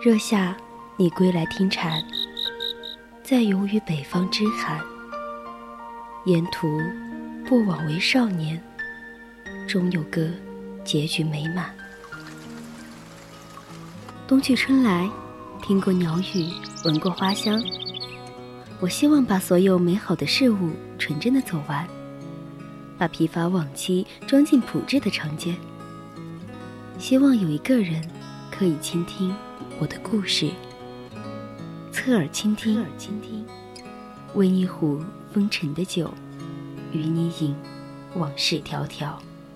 热夏，你归来听蝉，再游于北方之寒。沿途不枉为少年，终有个结局美满。冬去春来，听过鸟语，闻过花香。我希望把所有美好的事物纯真的走完，把疲乏往期装进朴质的长街。希望有一个人可以倾听我的故事，侧耳倾听，煨一壶风尘的酒，与你饮往事迢迢。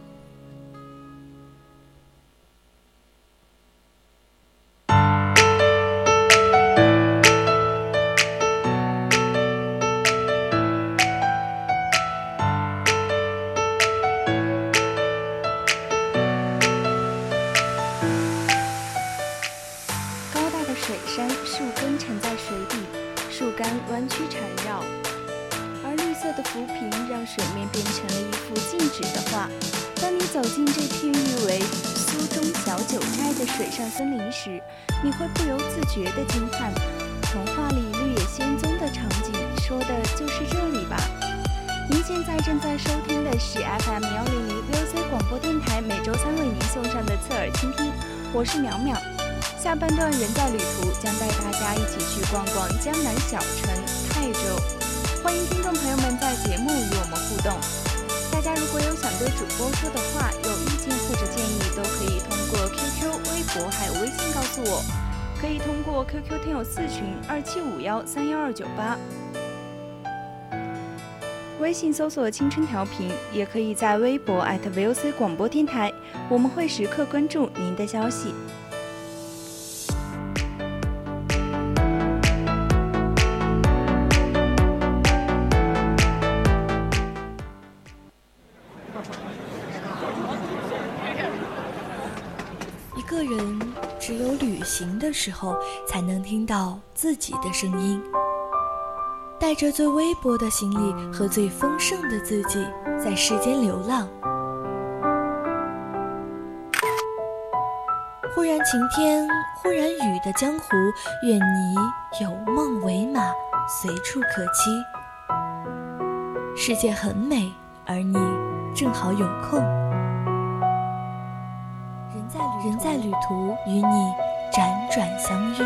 水山，树根沉在水底，树干弯曲缠绕，而绿色的浮萍让水面变成了一幅静止的画。当你走进这片誉为苏中小九寨的水上森林时，你会不由自觉地惊叹，童话里绿野仙踪的场景说的就是这里吧。您现在正在收听的是 FM 100 VOC 广播电台每周3为您送上的侧耳倾听，我是淼淼。下半段人在旅途将带大家一起去逛逛江南小城泰州，欢迎听众朋友们在节目与我们互动。大家如果有想对主播说的话，有意见或者建议，都可以通过 QQ、微博还有微信告诉我，可以通过 QQ 听友4群2751312298，微信搜索青春调频，也可以在微博@VOC 广播电台，我们会时刻关注您的消息。 一个人只有旅行的时候才能听到自己的声音，带着最微薄的行李和最丰盛的自己在世间流浪。忽然晴天，忽然雨的江湖，愿你有梦为马，随处可栖。世界很美，而你正好有空。人在旅途，与你辗转相遇。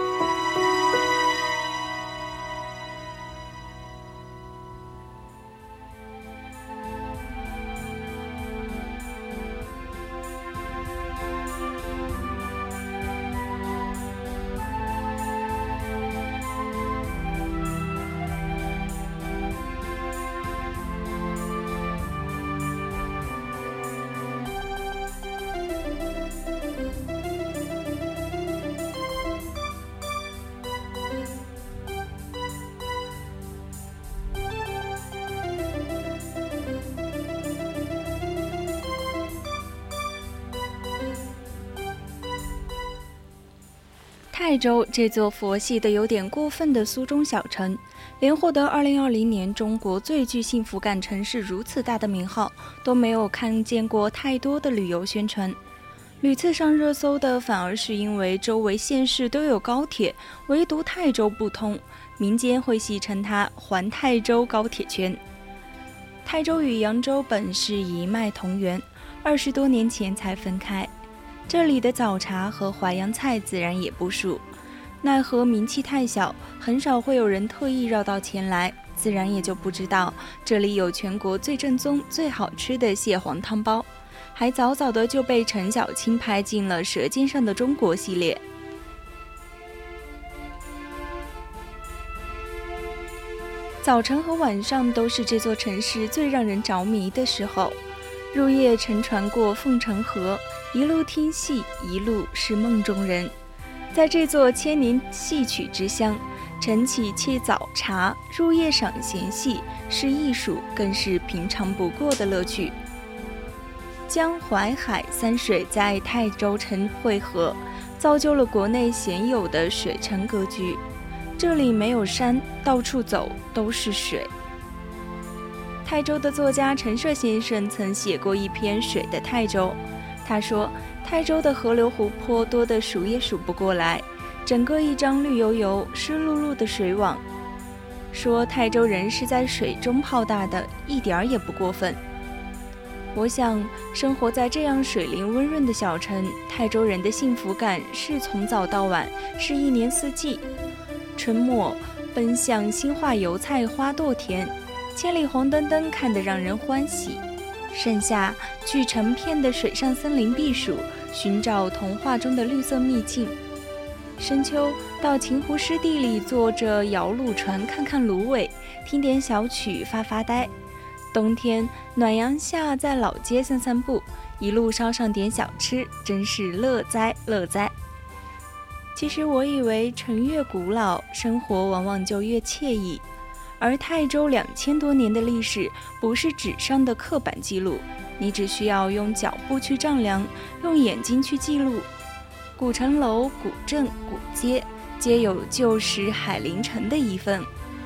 泰州这座佛系的有点过分的苏中小城，连获得2020年中国最具幸福感城市如此大的名号，都没有看见过太多的旅游宣传。屡次上热搜的反而是因为周围县市都有高铁，唯独泰州不通，民间会戏称它环泰州高铁圈。泰州与扬州本是一脉同源，20多年前才分开。这里的早茶和淮扬菜自然也不数，奈何名气太小，很少会有人特意绕道前来，自然也就不知道这里有全国最正宗最好吃的蟹黄汤包，还早早的就被陈小青拍进了《舌尖上的中国》系列。早晨和晚上都是这座城市最让人着迷的时候，入夜乘船过凤城河，一路听戏，一路是梦中人。在这座千年戏曲之乡，晨起沏早茶，入夜赏闲戏，是艺术，更是平常不过的乐趣。江淮海三水在泰州城汇合，造就了国内鲜有的水城格局。这里没有山，到处走都是水。泰州的作家陈涉先生曾写过一篇《水的泰州》，他说泰州的河流湖泊多得数也数不过来， 整个一张绿油油、湿漉漉的水网。说泰州人是在水中泡大的，一点儿也不过分。我想，生活在这样水灵温润的小城，泰州人的幸福感是从早到晚，是一年四季。春末奔向新化油菜花朵田，千里红灯灯看得让人欢喜。盛夏去成片的水上森林避暑，寻找童话中的绿色秘境。深秋到秦湖湿地里坐着摇橹船看看芦苇，听点小曲发发呆。冬天暖阳下在老街散散步，一路捎上点小吃，真是乐哉乐哉。其实我以为城越古老，生活往往就越惬意，而泰州2000多年的历史不是纸上的刻板记录，你只需要用脚步去丈量，用眼睛去记录。古城楼、古镇、古街，皆有旧时海陵城的一份。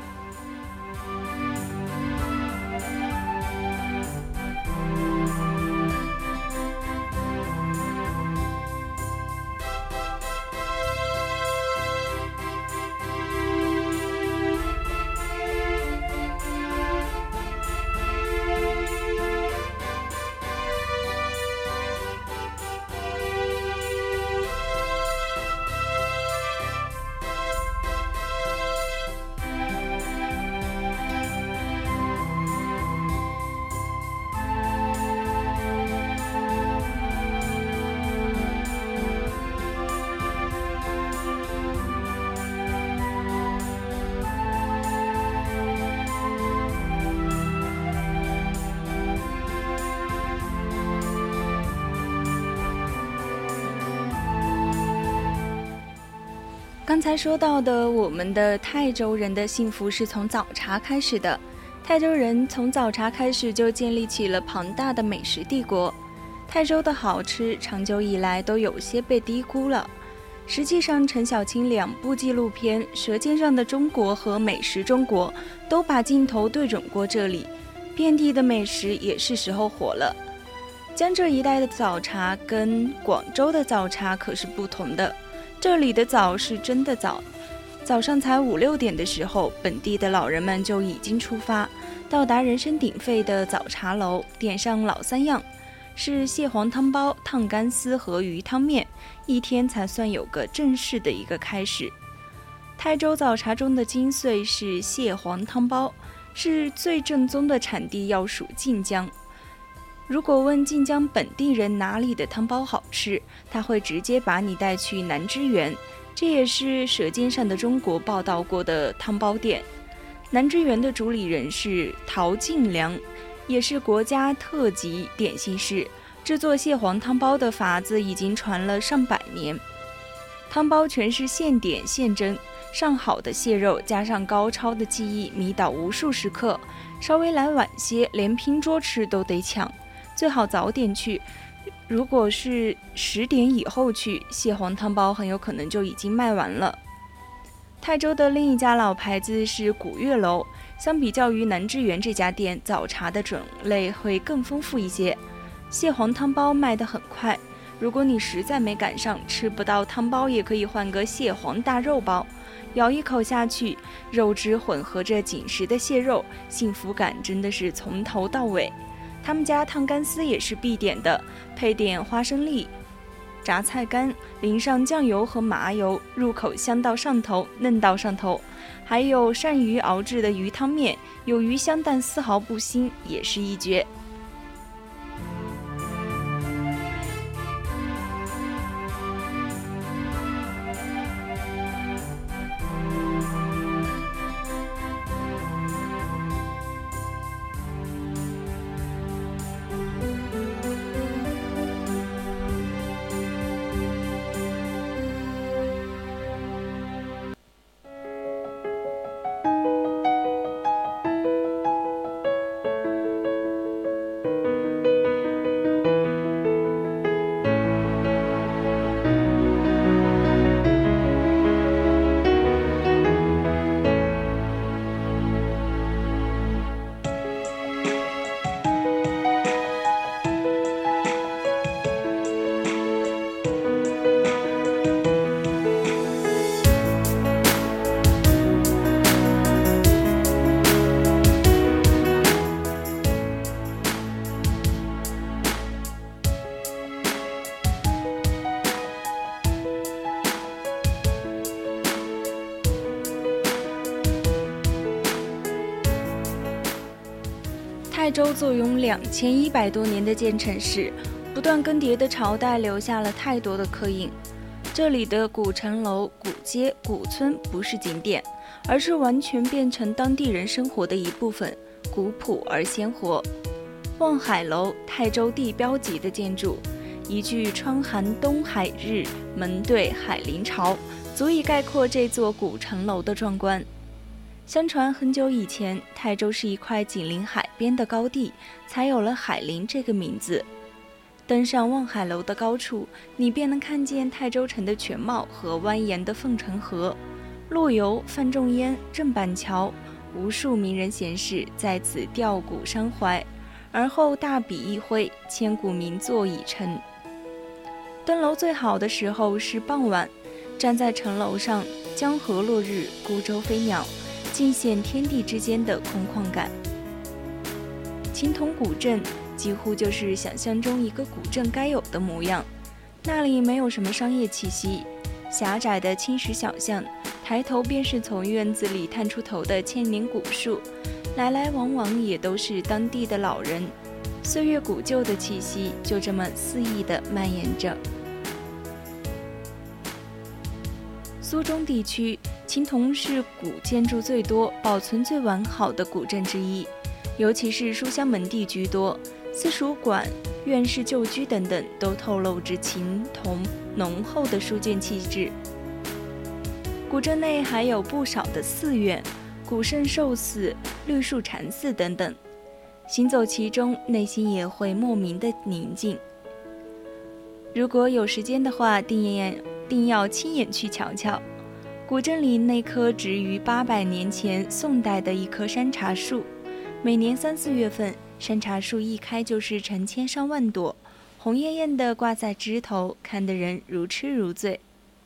刚才说到的，我们的泰州人的幸福是从早茶开始的。泰州人从早茶开始就建立起了庞大的美食帝国。泰州的好吃长久以来都有些被低估了。实际上，陈小青2部纪录片《舌尖上的中国》和《美食中国》都把镜头对准过这里，遍地的美食也是时候火了。江浙一带的早茶跟广州的早茶可是不同的。这里的早是真的早，早上才5、6点的时候，本地的老人们就已经出发，到达人声鼎沸的早茶楼，点上老3样，是蟹黄汤包、烫干丝和鱼汤面，一天才算有个正式的一个开始。泰州早茶中的精髓是蟹黄汤包，是最正宗的产地要数晋江。如果问晋江本地人哪里的汤包好吃，他会直接把你带去南知园，这也是《舌尖上的中国》报道过的汤包店。南知园的主理人是陶敬良，也是国家特级点心师，制作蟹黄汤包的法子已经传了上百年。汤包全是现点现蒸，上好的蟹肉加上高超的技艺，迷倒无数食客。稍微来晚些，连拼桌吃都得抢。最好早点去，如果是10点以后去，蟹黄汤包很有可能就已经卖完了。泰州的另一家老牌子是古月楼，相比较于南知园这家店，早茶的种类会更丰富一些。蟹黄汤包卖得很快，如果你实在没赶上，吃不到汤包，也可以换个蟹黄大肉包，咬一口下去，肉汁混合着紧实的蟹肉，幸福感真的是从头到尾。他们家烫干丝也是必点的，配点花生粒、榨菜干，淋上酱油和麻油，入口香到上头，嫩到上头。还有鳝鱼熬制的鱼汤面，有鱼香但丝毫不腥，也是一绝。 泰州坐拥2100多年的建城史，不断更迭的朝代留下了太多的刻印。这里的古城楼、古街、古村不是景点，而是完全变成当地人生活的一部分，古朴而鲜活。望海楼，泰州地标级的建筑，一句“窗含东海日，门对海陵潮”，足以概括这座古城楼的壮观。相传很久以前，泰州是一块紧邻海边的高地，才有了海陵这个名字。登上望海楼的高处，你便能看见泰州城的全貌和蜿蜒的凤城河。陆游、范仲淹、郑板桥，无数名人贤士在此吊古伤怀，而后大笔一挥，千古名作已成。登楼最好的时候是傍晚，站在城楼上，江河落日，孤舟飞鸟，尽显天地之间的空旷感。青铜古镇几乎就是想象中一个古镇该有的模样，那里没有什么商业气息，狭窄的青石小巷，抬头便是从院子里探出头的千年古树，来来往往也都是当地的老人，岁月古旧的气息就这么肆意地蔓延着。苏中地区，青铜是古建筑最多、保存最完好的古镇之一，尤其是书香门第居多，私塾馆、院士旧居等等都透露着青铜浓厚的书卷气质。古镇内还有不少的寺院，古圣寿寺、绿树禅寺等等，行走其中，内心也会莫名的宁静。如果有时间的话，定要亲眼去瞧瞧。古镇里那棵植于800年前宋代的一棵山茶树，每年3、4月份，山茶树一开就是成千上万朵，红艳艳的挂在枝头，看得人如痴如醉。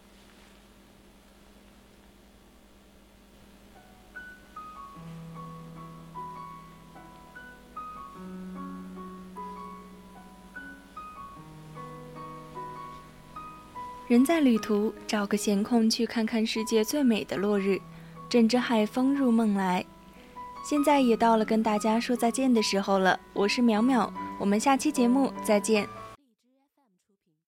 人在旅途，找个闲空去看看世界最美的落日，枕着海风入梦来。现在也到了跟大家说再见的时候了，我是淼淼，我们下期节目再见。